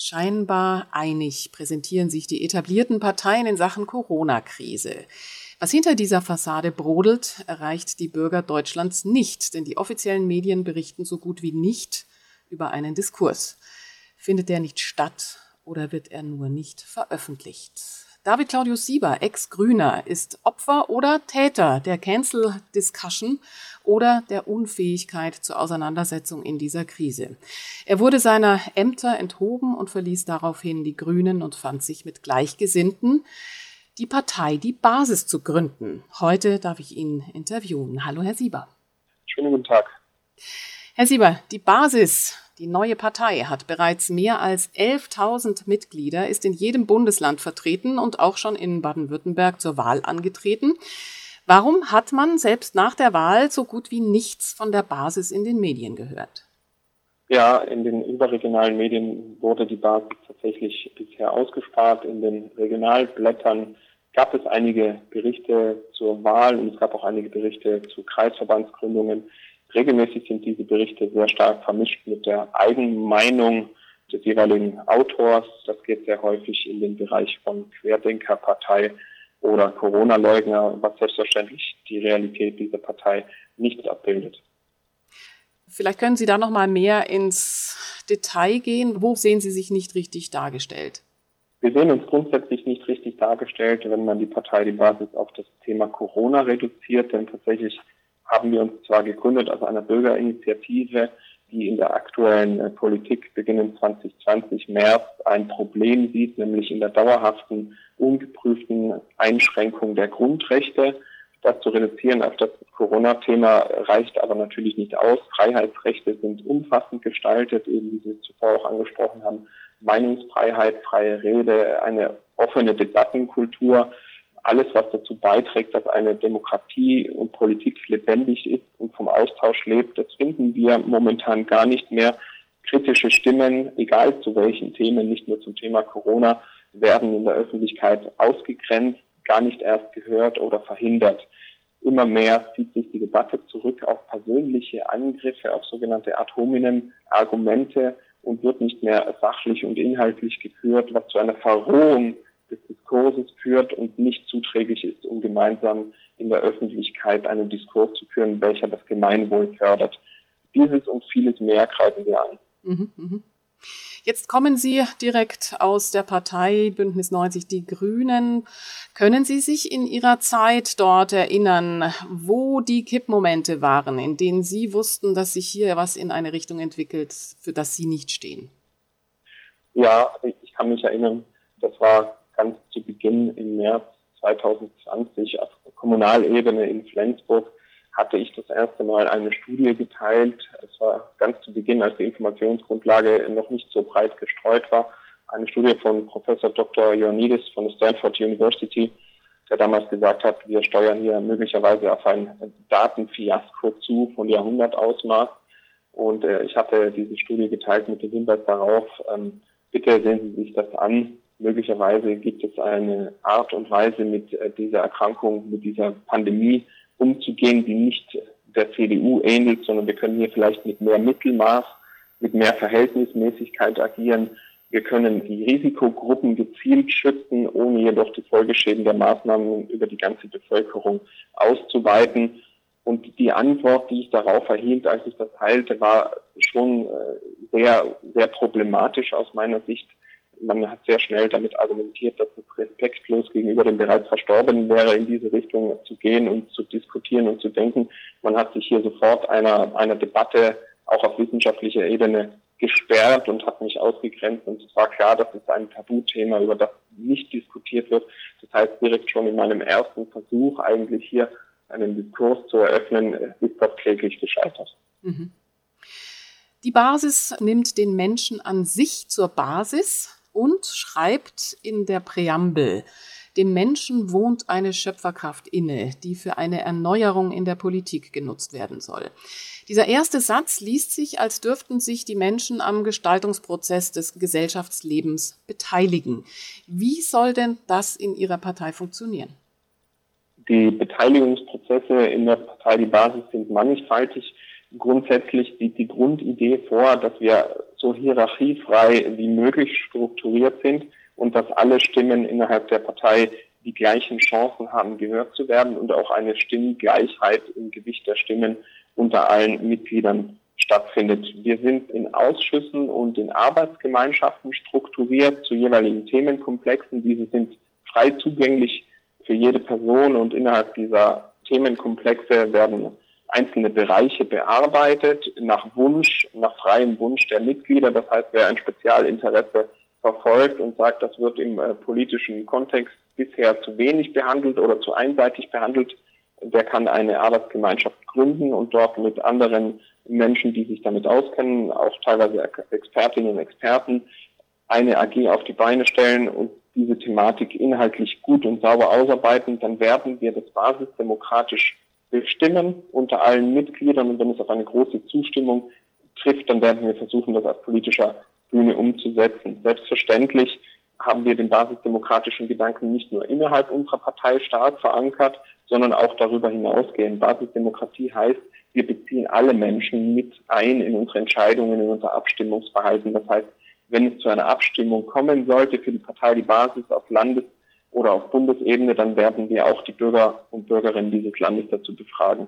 Scheinbar einig präsentieren sich die etablierten Parteien in Sachen Corona-Krise. Was hinter dieser Fassade brodelt, erreicht die Bürger Deutschlands nicht, denn die offiziellen Medien berichten so gut wie nicht über einen Diskurs. Findet der nicht statt oder wird er nur nicht veröffentlicht? David Claudius Sieber, Ex-Grüner, ist Opfer oder Täter der Cancel-Discussion oder der Unfähigkeit zur Auseinandersetzung in dieser Krise. Er wurde seiner Ämter enthoben und verließ daraufhin die Grünen und fand sich mit Gleichgesinnten, die Partei Die Basis zu gründen. Heute darf ich ihn interviewen. Hallo, Herr Sieber. Schönen guten Tag. Herr Sieber, die Basis, die neue Partei, hat bereits mehr als 11.000 Mitglieder, ist in jedem Bundesland vertreten und auch schon in Baden-Württemberg zur Wahl angetreten. Warum hat man selbst nach der Wahl so gut wie nichts von der Basis in den Medien gehört? Ja, in den überregionalen Medien wurde die Basis tatsächlich bisher ausgespart. In den Regionalblättern gab es einige Berichte zur Wahl und es gab auch einige Berichte zu Kreisverbandsgründungen. Regelmäßig sind diese Berichte sehr stark vermischt mit der Eigenmeinung des jeweiligen Autors. Das geht sehr häufig in den Bereich von Querdenkerpartei oder Corona-Leugner, was selbstverständlich die Realität dieser Partei nicht abbildet. Vielleicht können Sie da noch mal mehr ins Detail gehen. Wo sehen Sie sich nicht richtig dargestellt? Wir sehen uns grundsätzlich nicht richtig dargestellt, wenn man die Partei Die Basis auf das Thema Corona reduziert, denn tatsächlich haben wir uns zwar gegründet als eine Bürgerinitiative, die in der aktuellen Politik beginnend 2020 März ein Problem sieht, nämlich in der dauerhaften, ungeprüften Einschränkung der Grundrechte. Das zu reduzieren auf das Corona-Thema reicht aber natürlich nicht aus. Freiheitsrechte sind umfassend gestaltet, eben wie Sie zuvor auch angesprochen haben. Meinungsfreiheit, freie Rede, eine offene Debattenkultur. Alles, was dazu beiträgt, dass eine Demokratie und Politik lebendig ist und vom Austausch lebt, das finden wir momentan gar nicht mehr. Kritische Stimmen, egal zu welchen Themen, nicht nur zum Thema Corona, werden in der Öffentlichkeit ausgegrenzt, gar nicht erst gehört oder verhindert. Immer mehr zieht sich die Debatte zurück auf persönliche Angriffe, auf sogenannte ad hominem Argumente und wird nicht mehr sachlich und inhaltlich geführt, was zu einer Verrohung des Diskurses führt und nicht zuträglich ist, um gemeinsam in der Öffentlichkeit einen Diskurs zu führen, welcher das Gemeinwohl fördert. Dieses und vieles mehr greifen wir an. Jetzt kommen Sie direkt aus der Partei Bündnis 90 Die Grünen. Können Sie sich in Ihrer Zeit dort erinnern, wo die Kippmomente waren, in denen Sie wussten, dass sich hier was in eine Richtung entwickelt, für das Sie nicht stehen? Ja, ich kann mich erinnern, das war ganz zu Beginn im März 2020 auf Kommunalebene in Flensburg hatte ich das erste Mal eine Studie geteilt. Es war ganz zu Beginn, als die Informationsgrundlage noch nicht so breit gestreut war. Eine Studie von Professor Dr. Ioannidis von der Stanford University, der damals gesagt hat, wir steuern hier möglicherweise auf ein Datenfiasko zu von Jahrhundertausmaß. Und ich hatte diese Studie geteilt mit dem Hinweis darauf, bitte sehen Sie sich das an. Möglicherweise gibt es eine Art und Weise, mit dieser Erkrankung, mit dieser Pandemie umzugehen, die nicht der CDU ähnelt, sondern wir können hier vielleicht mit mehr Mittelmaß, mit mehr Verhältnismäßigkeit agieren. Wir können die Risikogruppen gezielt schützen, ohne jedoch die Folgeschäden der Maßnahmen über die ganze Bevölkerung auszuweiten. Und die Antwort, die ich darauf erhielt, als ich das teilte, war schon sehr, sehr problematisch aus meiner Sicht. Man hat sehr schnell damit argumentiert, dass es respektlos gegenüber dem bereits Verstorbenen wäre, in diese Richtung zu gehen und zu diskutieren und zu denken. Man hat sich hier sofort einer Debatte auch auf wissenschaftlicher Ebene gesperrt und hat mich ausgegrenzt. Und es war klar, das ist ein Tabuthema, über das nicht diskutiert wird. Das heißt, direkt schon in meinem ersten Versuch, eigentlich hier einen Diskurs zu eröffnen, ist das kläglich gescheitert. Die Basis nimmt den Menschen an sich zur Basis und schreibt in der Präambel: Dem Menschen wohnt eine Schöpferkraft inne, die für eine Erneuerung in der Politik genutzt werden soll. Dieser erste Satz liest sich, als dürften sich die Menschen am Gestaltungsprozess des Gesellschaftslebens beteiligen. Wie soll denn das in Ihrer Partei funktionieren? Die Beteiligungsprozesse in der Partei Die Basis sind mannigfaltig. Grundsätzlich sieht die Grundidee vor, dass wir so hierarchiefrei wie möglich strukturiert sind und dass alle Stimmen innerhalb der Partei die gleichen Chancen haben, gehört zu werden und auch eine Stimmgleichheit im Gewicht der Stimmen unter allen Mitgliedern stattfindet. Wir sind in Ausschüssen und in Arbeitsgemeinschaften strukturiert zu jeweiligen Themenkomplexen. Diese sind frei zugänglich für jede Person und innerhalb dieser Themenkomplexe werden einzelne Bereiche bearbeitet nach Wunsch, nach freiem Wunsch der Mitglieder. Das heißt, wer ein Spezialinteresse verfolgt und sagt, das wird im politischen Kontext bisher zu wenig behandelt oder zu einseitig behandelt, der kann eine Arbeitsgemeinschaft gründen und dort mit anderen Menschen, die sich damit auskennen, auch teilweise Expertinnen und Experten, eine AG auf die Beine stellen und diese Thematik inhaltlich gut und sauber ausarbeiten. Dann werden wir das basisdemokratisch bestimmen unter allen Mitgliedern und wenn es auf eine große Zustimmung trifft, dann werden wir versuchen, das auf politischer Bühne umzusetzen. Selbstverständlich haben wir den basisdemokratischen Gedanken nicht nur innerhalb unserer Partei stark verankert, sondern auch darüber hinausgehend. Basisdemokratie heißt, wir beziehen alle Menschen mit ein in unsere Entscheidungen, in unser Abstimmungsverhalten. Das heißt, wenn es zu einer Abstimmung kommen sollte für die Partei Die Basis auf Landes- oder auf Bundesebene, dann werden wir auch die Bürger und Bürgerinnen dieses Landes dazu befragen.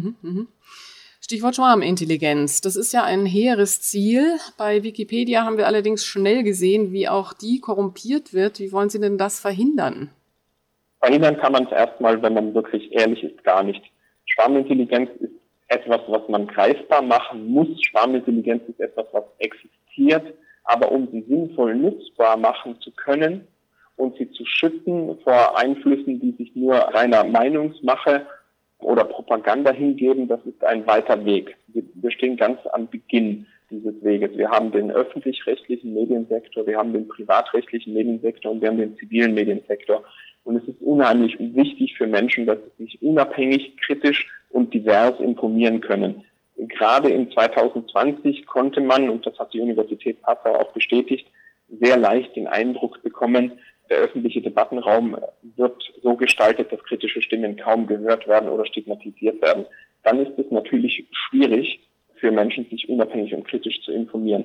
Stichwort Schwarmintelligenz. Das ist ja ein hehres Ziel. Bei Wikipedia haben wir allerdings schnell gesehen, wie auch die korrumpiert wird. Wie wollen Sie denn das verhindern? Verhindern kann man es erstmal, wenn man wirklich ehrlich ist, gar nicht. Schwarmintelligenz ist etwas, was man greifbar machen muss. Schwarmintelligenz ist etwas, was existiert. Aber um sie sinnvoll nutzbar machen zu können und sie zu schützen vor Einflüssen, die sich nur reiner Meinungsmache oder Propaganda hingeben, das ist ein weiter Weg. Wir stehen ganz am Beginn dieses Weges. Wir haben den öffentlich-rechtlichen Mediensektor, wir haben den privatrechtlichen Mediensektor und wir haben den zivilen Mediensektor. Und es ist unheimlich wichtig für Menschen, dass sie sich unabhängig, kritisch und divers informieren können. Gerade in 2020 konnte man, und das hat die Universität Passau auch bestätigt, sehr leicht den Eindruck bekommen, der öffentliche Debattenraum wird so gestaltet, dass kritische Stimmen kaum gehört werden oder stigmatisiert werden. Dann ist es natürlich schwierig für Menschen, sich unabhängig und kritisch zu informieren.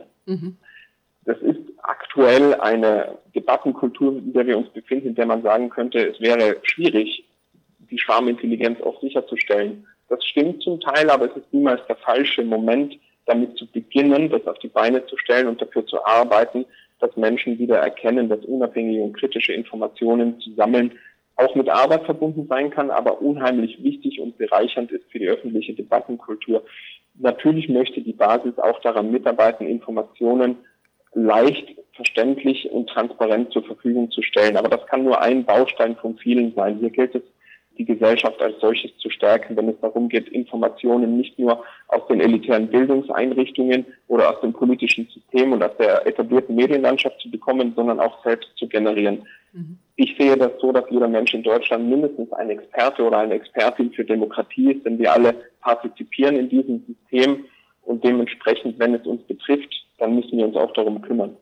Das ist aktuell eine Debattenkultur, in der wir uns befinden, in der man sagen könnte, es wäre schwierig, die Schwarmintelligenz auch sicherzustellen. Das stimmt zum Teil, aber es ist niemals der falsche Moment, damit zu beginnen, das auf die Beine zu stellen und dafür zu arbeiten, dass Menschen wieder erkennen, dass unabhängige und kritische Informationen zu sammeln auch mit Arbeit verbunden sein kann, aber unheimlich wichtig und bereichernd ist für die öffentliche Debattenkultur. Natürlich möchte die Basis auch daran mitarbeiten, Informationen leicht, verständlich und transparent zur Verfügung zu stellen. Aber das kann nur ein Baustein von vielen sein. Hier gilt es, die Gesellschaft als solches zu stärken, wenn es darum geht, Informationen nicht nur aus den elitären Bildungseinrichtungen oder aus dem politischen System und aus der etablierten Medienlandschaft zu bekommen, sondern auch selbst zu generieren. Ich sehe das so, dass jeder Mensch in Deutschland mindestens ein Experte oder eine Expertin für Demokratie ist, denn wir alle partizipieren in diesem System und dementsprechend, wenn es uns betrifft, dann müssen wir uns auch darum kümmern.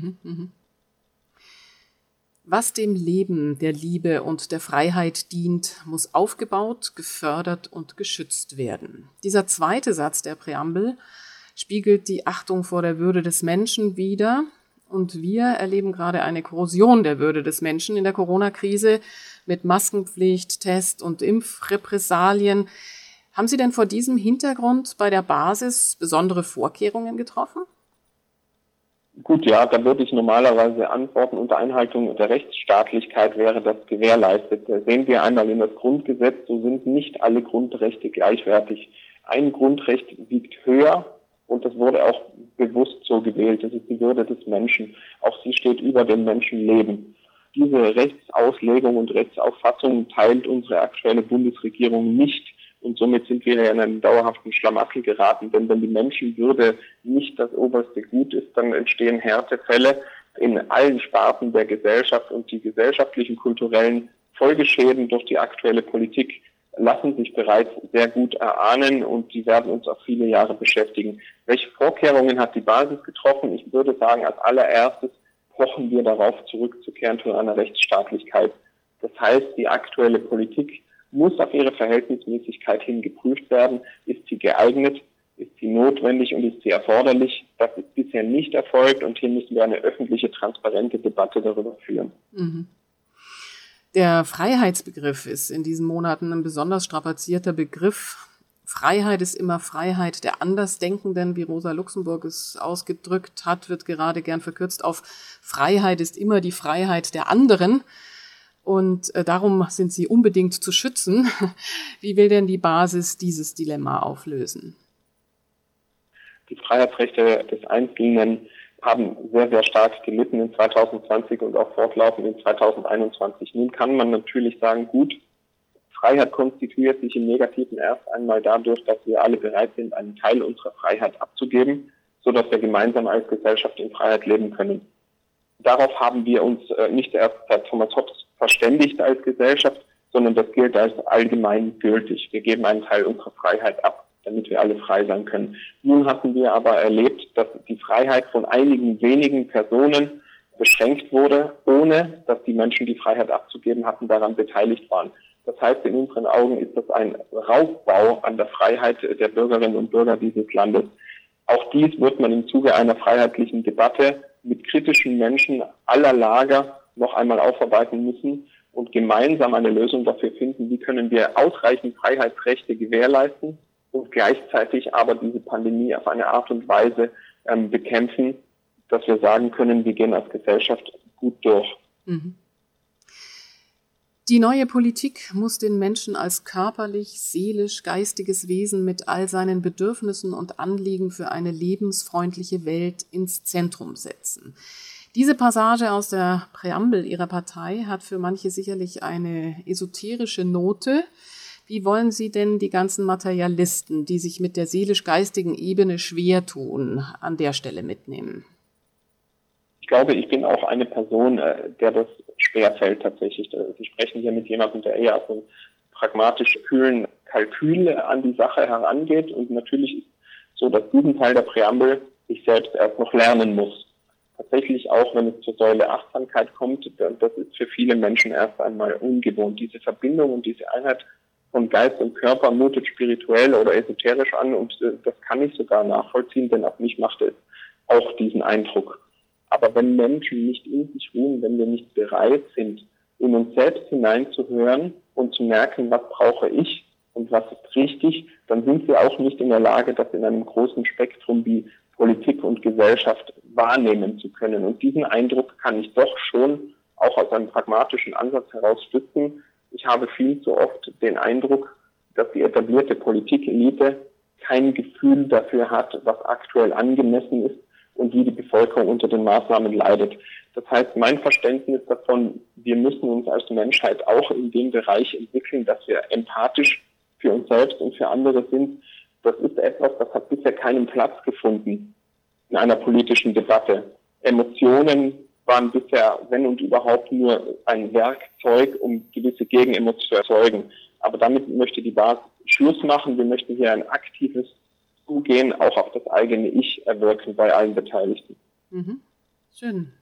Was dem Leben, der Liebe und der Freiheit dient, muss aufgebaut, gefördert und geschützt werden. Dieser zweite Satz der Präambel spiegelt die Achtung vor der Würde des Menschen wider. Und wir erleben gerade eine Korrosion der Würde des Menschen in der Corona-Krise mit Maskenpflicht, Test- und Impfrepressalien. Haben Sie denn vor diesem Hintergrund bei der Basis besondere Vorkehrungen getroffen? Gut, ja, da würde ich normalerweise antworten, unter Einhaltung der Rechtsstaatlichkeit wäre das gewährleistet. Sehen wir einmal in das Grundgesetz, so sind nicht alle Grundrechte gleichwertig. Ein Grundrecht wiegt höher und das wurde auch bewusst so gewählt. Das ist die Würde des Menschen. Auch sie steht über dem Menschenleben. Diese Rechtsauslegung und Rechtsauffassung teilt unsere aktuelle Bundesregierung nicht. Und somit sind wir in einen dauerhaften Schlamassel geraten. Denn wenn die Menschenwürde nicht das oberste Gut ist, dann entstehen Härtefälle in allen Sparten der Gesellschaft. Und die gesellschaftlichen, kulturellen Folgeschäden durch die aktuelle Politik lassen sich bereits sehr gut erahnen und die werden uns auch viele Jahre beschäftigen. Welche Vorkehrungen hat die Basis getroffen? Ich würde sagen, als allererstes pochen wir darauf zurückzukehren zu einer Rechtsstaatlichkeit. Das heißt, die aktuelle Politik muss auf ihre Verhältnismäßigkeit hin geprüft werden. Ist sie geeignet? ist sie notwendig und ist sie erforderlich? Das ist bisher nicht erfolgt und hier müssen wir eine öffentliche, transparente Debatte darüber führen. Mhm. Der Freiheitsbegriff ist in diesen Monaten ein besonders strapazierter Begriff. Freiheit ist immer Freiheit der Andersdenkenden, wie Rosa Luxemburg es ausgedrückt hat, wird gerade gern verkürzt auf Freiheit ist immer die Freiheit der anderen. Und darum sind sie unbedingt zu schützen. Wie will denn die Basis dieses Dilemma auflösen? Die Freiheitsrechte des Einzelnen haben sehr, sehr stark gelitten in 2020 und auch fortlaufend in 2021. Nun kann man natürlich sagen, gut, Freiheit konstituiert sich im Negativen erst einmal dadurch, dass wir alle bereit sind, einen Teil unserer Freiheit abzugeben, sodass wir gemeinsam als Gesellschaft in Freiheit leben können. Darauf haben wir uns nicht erst seit Thomas Hobbes verständigt als Gesellschaft, sondern das gilt als allgemein gültig. Wir geben einen Teil unserer Freiheit ab, damit wir alle frei sein können. Nun hatten wir aber erlebt, dass die Freiheit von einigen wenigen Personen beschränkt wurde, ohne dass die Menschen, die Freiheit abzugeben hatten, daran beteiligt waren. Das heißt, in unseren Augen ist das ein Raubbau an der Freiheit der Bürgerinnen und Bürger dieses Landes. Auch dies wird man im Zuge einer freiheitlichen Debatte mit kritischen Menschen aller Lager noch einmal aufarbeiten müssen und gemeinsam eine Lösung dafür finden, wie können wir ausreichend Freiheitsrechte gewährleisten und gleichzeitig aber diese Pandemie auf eine Art und Weise bekämpfen, dass wir sagen können, wir gehen als Gesellschaft gut durch. Mhm. Die neue Politik muss den Menschen als körperlich, seelisch, geistiges Wesen mit all seinen Bedürfnissen und Anliegen für eine lebensfreundliche Welt ins Zentrum setzen. Diese Passage aus der Präambel Ihrer Partei hat für manche sicherlich eine esoterische Note. Wie wollen Sie denn die ganzen Materialisten, die sich mit der seelisch-geistigen Ebene schwer tun, an der Stelle mitnehmen? Ich glaube, ich bin auch eine Person, der das schwerfällt tatsächlich. Sie sprechen hier mit jemandem, der eher auf einen pragmatisch kühlen Kalkül an die Sache herangeht. Und natürlich ist so, dass diesen Teil der Präambel ich selbst erst noch lernen muss. Tatsächlich auch, wenn es zur Säule Achtsamkeit kommt, das ist für viele Menschen erst einmal ungewohnt. Diese Verbindung und diese Einheit von Geist und Körper mutet spirituell oder esoterisch an und das kann ich sogar nachvollziehen, denn auf mich macht es auch diesen Eindruck. Aber wenn Menschen nicht in sich ruhen, wenn wir nicht bereit sind, in uns selbst hineinzuhören und zu merken, was brauche ich und was ist richtig, dann sind wir auch nicht in der Lage, das in einem großen Spektrum wie Politik und Gesellschaft wahrnehmen zu können. Und diesen Eindruck kann ich doch schon auch aus einem pragmatischen Ansatz heraus stützen. Ich habe viel zu oft den Eindruck, dass die etablierte Politikelite kein Gefühl dafür hat, was aktuell angemessen ist und wie die Bevölkerung unter den Maßnahmen leidet. Das heißt, mein Verständnis davon, wir müssen uns als Menschheit auch in dem Bereich entwickeln, dass wir empathisch für uns selbst und für andere sind. Das ist etwas, das hat bisher keinen Platz gefunden in einer politischen Debatte. Emotionen waren bisher, wenn und überhaupt, nur ein Werkzeug, um gewisse Gegenemotionen zu erzeugen. Aber damit möchte die Basis Schluss machen. Wir möchten hier ein aktives Zugehen, auch auf das eigene Ich erwirken bei allen Beteiligten. Mhm. Schön.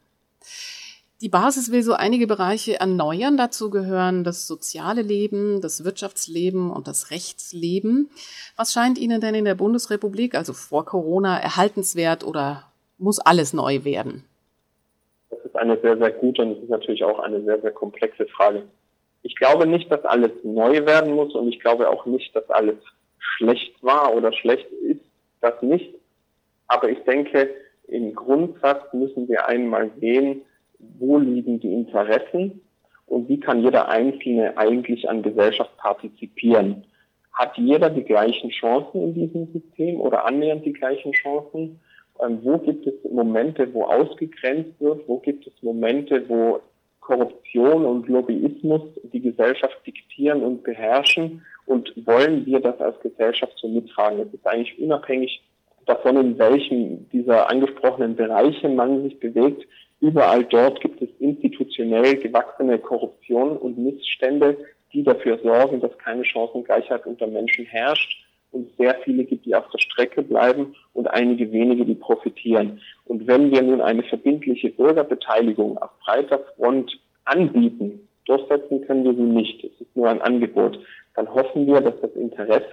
Die Basis will so einige Bereiche erneuern. Dazu gehören das soziale Leben, das Wirtschaftsleben und das Rechtsleben. Was scheint Ihnen denn in der Bundesrepublik, also vor Corona, erhaltenswert oder muss alles neu werden? Das ist eine sehr, sehr gute und es ist natürlich auch eine sehr, sehr komplexe Frage. Ich glaube nicht, dass alles neu werden muss und ich glaube auch nicht, dass alles schlecht war oder schlecht ist. Das nicht. Aber ich denke, im Grundsatz müssen wir einmal sehen, wo liegen die Interessen und wie kann jeder Einzelne eigentlich an Gesellschaft partizipieren. Hat jeder die gleichen Chancen in diesem System oder annähernd die gleichen Chancen? Wo gibt es Momente, wo ausgegrenzt wird? Wo gibt es Momente, wo Korruption und Lobbyismus die Gesellschaft diktieren und beherrschen? Und wollen wir das als Gesellschaft so mittragen? Es ist eigentlich unabhängig davon, in welchem dieser angesprochenen Bereiche man sich bewegt. Überall dort gibt es institutionell gewachsene Korruption und Missstände, die dafür sorgen, dass keine Chancengleichheit unter Menschen herrscht und sehr viele gibt, die auf der Strecke bleiben und einige wenige, die profitieren. Und wenn wir nun eine verbindliche Bürgerbeteiligung auf breiter Front anbieten, durchsetzen können wir sie nicht. Es ist nur ein Angebot. Dann hoffen wir, dass das Interesse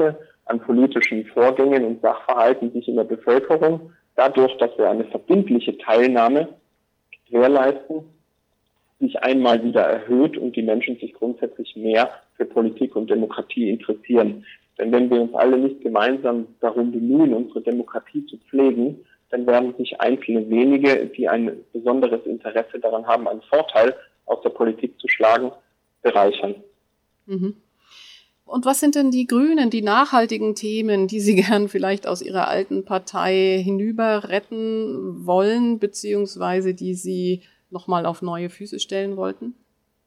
an politischen Vorgängen und Sachverhalten sich in der Bevölkerung dadurch, dass wir eine verbindliche Teilnahme gewährleisten, sich einmal wieder erhöht und die Menschen sich grundsätzlich mehr für Politik und Demokratie interessieren. Denn wenn wir uns alle nicht gemeinsam darum bemühen, unsere Demokratie zu pflegen, dann werden sich einzelne wenige, die ein besonderes Interesse daran haben, einen Vorteil aus der Politik zu schlagen, bereichern. Mhm. Und was sind denn die Grünen, die nachhaltigen Themen, die Sie gern vielleicht aus Ihrer alten Partei hinüber retten wollen, beziehungsweise die Sie nochmal auf neue Füße stellen wollten?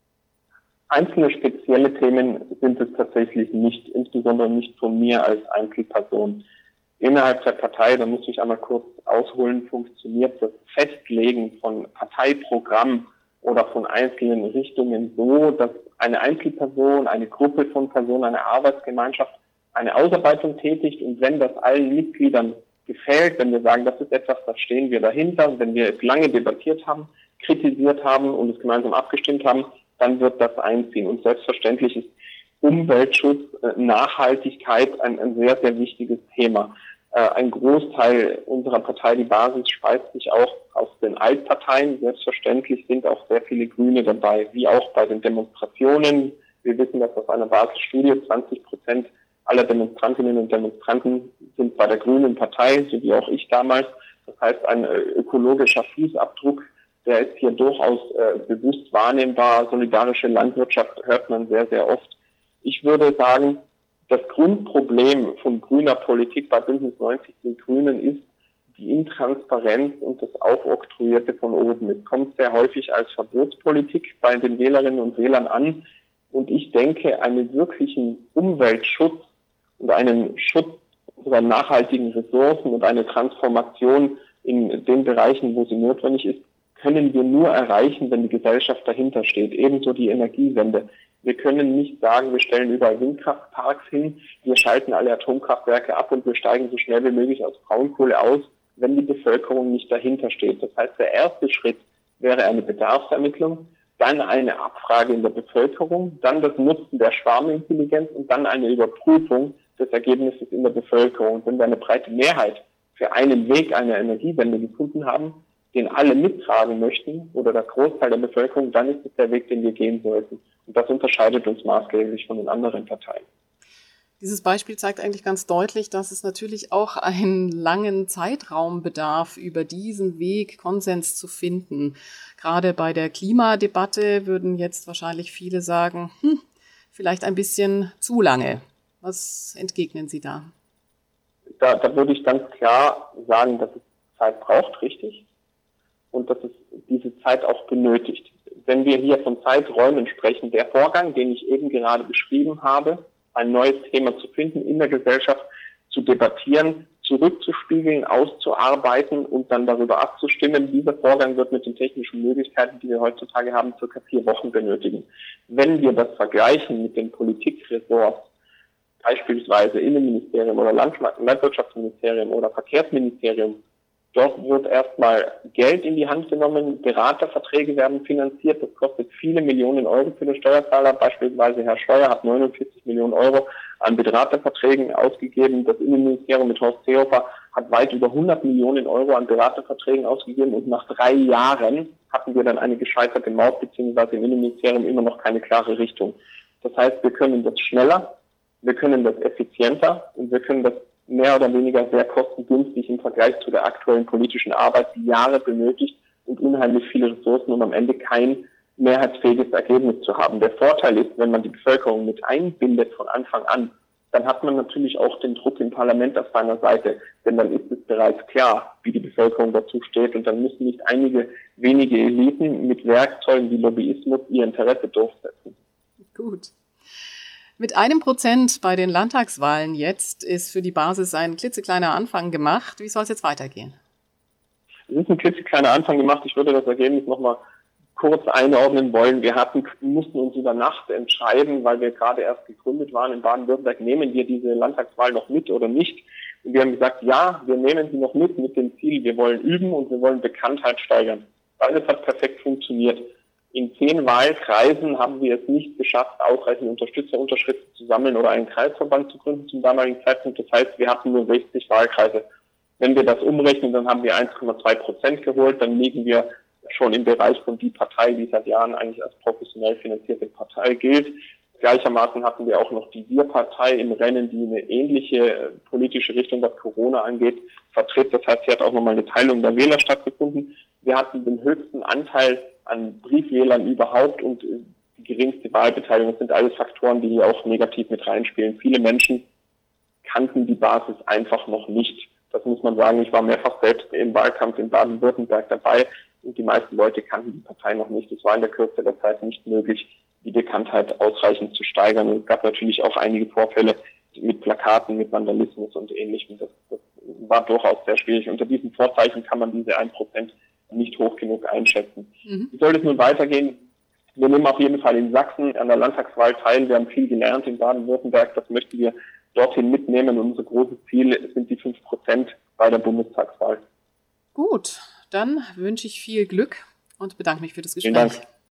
Einzelne spezielle Themen sind es tatsächlich nicht, insbesondere nicht von mir als Einzelperson. Innerhalb der Partei, da muss ich einmal kurz ausholen, funktioniert das Festlegen von Parteiprogramm oder von einzelnen Richtungen so, dass eine Einzelperson, eine Gruppe von Personen, eine Arbeitsgemeinschaft eine Ausarbeitung tätigt und wenn das allen Mitgliedern gefällt, wenn wir sagen, das ist etwas, da stehen wir dahinter, wenn wir es lange debattiert haben, kritisiert haben und es gemeinsam abgestimmt haben, dann wird das einziehen. Und selbstverständlich ist Umweltschutz, Nachhaltigkeit ein sehr, sehr wichtiges Thema. Ein Großteil unserer Partei, die Basis, speist sich auch aus den Altparteien. Selbstverständlich sind auch sehr viele Grüne dabei, wie auch bei den Demonstrationen. Wir wissen, dass aus einer Basisstudie 20% aller Demonstrantinnen und Demonstranten sind bei der Grünen Partei, so wie auch ich damals. Das heißt, ein ökologischer Fußabdruck, der ist hier durchaus bewusst wahrnehmbar. Solidarische Landwirtschaft hört man sehr, sehr oft. Ich würde sagen, das Grundproblem von grüner Politik bei Bündnis 90 Den Grünen ist die Intransparenz und das Aufoktroyierte von oben. Es kommt sehr häufig als Verbotspolitik bei den Wählerinnen und Wählern an. Und ich denke, einen wirklichen Umweltschutz und einen Schutz unserer nachhaltigen Ressourcen und eine Transformation in den Bereichen, wo sie notwendig ist, können wir nur erreichen, wenn die Gesellschaft dahinter steht. Ebenso die Energiewende. Wir können nicht sagen, wir stellen überall Windkraftparks hin, wir schalten alle Atomkraftwerke ab und wir steigen so schnell wie möglich aus Braunkohle aus, wenn die Bevölkerung nicht dahinter steht. Das heißt, der erste Schritt wäre eine Bedarfsermittlung, dann eine Abfrage in der Bevölkerung, dann das Nutzen der Schwarmintelligenz und dann eine Überprüfung des Ergebnisses in der Bevölkerung. Und wenn wir eine breite Mehrheit für einen Weg einer Energiewende gefunden haben, den alle mittragen möchten oder der Großteil der Bevölkerung, dann ist es der Weg, den wir gehen sollten. Und das unterscheidet uns maßgeblich von den anderen Parteien. Dieses Beispiel zeigt eigentlich ganz deutlich, dass es natürlich auch einen langen Zeitraum bedarf, über diesen Weg Konsens zu finden. Gerade bei der Klimadebatte würden jetzt wahrscheinlich viele sagen, vielleicht ein bisschen zu lange. Was entgegnen Sie da? Da würde ich ganz klar sagen, dass es Zeit braucht, richtig. Und dass es diese Zeit auch benötigt. Wenn wir hier von Zeiträumen sprechen, der Vorgang, den ich eben gerade beschrieben habe, ein neues Thema zu finden, in der Gesellschaft zu debattieren, zurückzuspiegeln, auszuarbeiten und dann darüber abzustimmen, dieser Vorgang wird mit den technischen Möglichkeiten, die wir heutzutage haben, circa 4 Wochen benötigen. Wenn wir das vergleichen mit den Politikressorts, beispielsweise Innenministerium oder Landwirtschaftsministerium oder Verkehrsministerium, dort wird erstmal Geld in die Hand genommen, Beraterverträge werden finanziert, das kostet viele Millionen Euro für den Steuerzahler. Beispielsweise Herr Scheuer hat 49 Millionen Euro an Beraterverträgen ausgegeben. Das Innenministerium mit Horst Seehofer hat weit über 100 Millionen Euro an Beraterverträgen ausgegeben und nach 3 Jahren hatten wir dann eine gescheiterte Maut, beziehungsweise im Innenministerium immer noch keine klare Richtung. Das heißt, wir können das schneller, wir können das effizienter und wir können das mehr oder weniger sehr kostengünstig im Vergleich zu der aktuellen politischen Arbeit, die Jahre benötigt und unheimlich viele Ressourcen, um am Ende kein mehrheitsfähiges Ergebnis zu haben. Der Vorteil ist, wenn man die Bevölkerung mit einbindet von Anfang an, dann hat man natürlich auch den Druck im Parlament auf seiner Seite, denn dann ist es bereits klar, wie die Bevölkerung dazu steht und dann müssen nicht einige wenige Eliten mit Werkzeugen wie Lobbyismus ihr Interesse durchsetzen. Gut. Mit 1% bei den Landtagswahlen jetzt ist für die Basis ein klitzekleiner Anfang gemacht. Wie soll es jetzt weitergehen? Es ist ein klitzekleiner Anfang gemacht. Ich würde das Ergebnis nochmal kurz einordnen wollen. Wir mussten uns über Nacht entscheiden, weil wir gerade erst gegründet waren in Baden-Württemberg, nehmen wir diese Landtagswahl noch mit oder nicht? Und wir haben gesagt, ja, wir nehmen sie noch mit dem Ziel, wir wollen üben und wir wollen Bekanntheit steigern. Beides hat perfekt funktioniert. In 10 Wahlkreisen haben wir es nicht geschafft, ausreichend Unterstützerunterschriften zu sammeln oder einen Kreisverband zu gründen zum damaligen Zeitpunkt. Das heißt, wir hatten nur 60 Wahlkreise. Wenn wir das umrechnen, dann haben wir 1,2% geholt. Dann liegen wir schon im Bereich von die Partei, die seit Jahren eigentlich als professionell finanzierte Partei gilt. Gleichermaßen hatten wir auch noch die Wir-Partei im Rennen, die eine ähnliche politische Richtung, was Corona angeht, vertritt. Das heißt, sie hat auch nochmal eine Teilung der Wähler stattgefunden. Wir hatten den höchsten Anteil an Briefwählern überhaupt und die geringste Wahlbeteiligung. Das sind alles Faktoren, die hier auch negativ mit reinspielen. Viele Menschen kannten die Basis einfach noch nicht. Das muss man sagen. Ich war mehrfach selbst im Wahlkampf in Baden-Württemberg dabei und die meisten Leute kannten die Partei noch nicht. Es war in der Kürze der Zeit nicht möglich, die Bekanntheit ausreichend zu steigern. Und es gab natürlich auch einige Vorfälle mit Plakaten, mit Vandalismus und Ähnlichem. Das war durchaus sehr schwierig. Unter diesen Vorzeichen kann man diese 1% nicht hoch genug einschätzen. Wie soll es nun weitergehen? Wir nehmen auf jeden Fall in Sachsen an der Landtagswahl teil. Wir haben viel gelernt in Baden-Württemberg. Das möchten wir dorthin mitnehmen. Und unser großes Ziel sind die 5% bei der Bundestagswahl. Gut, dann wünsche ich viel Glück und bedanke mich für das Gespräch. Vielen Dank.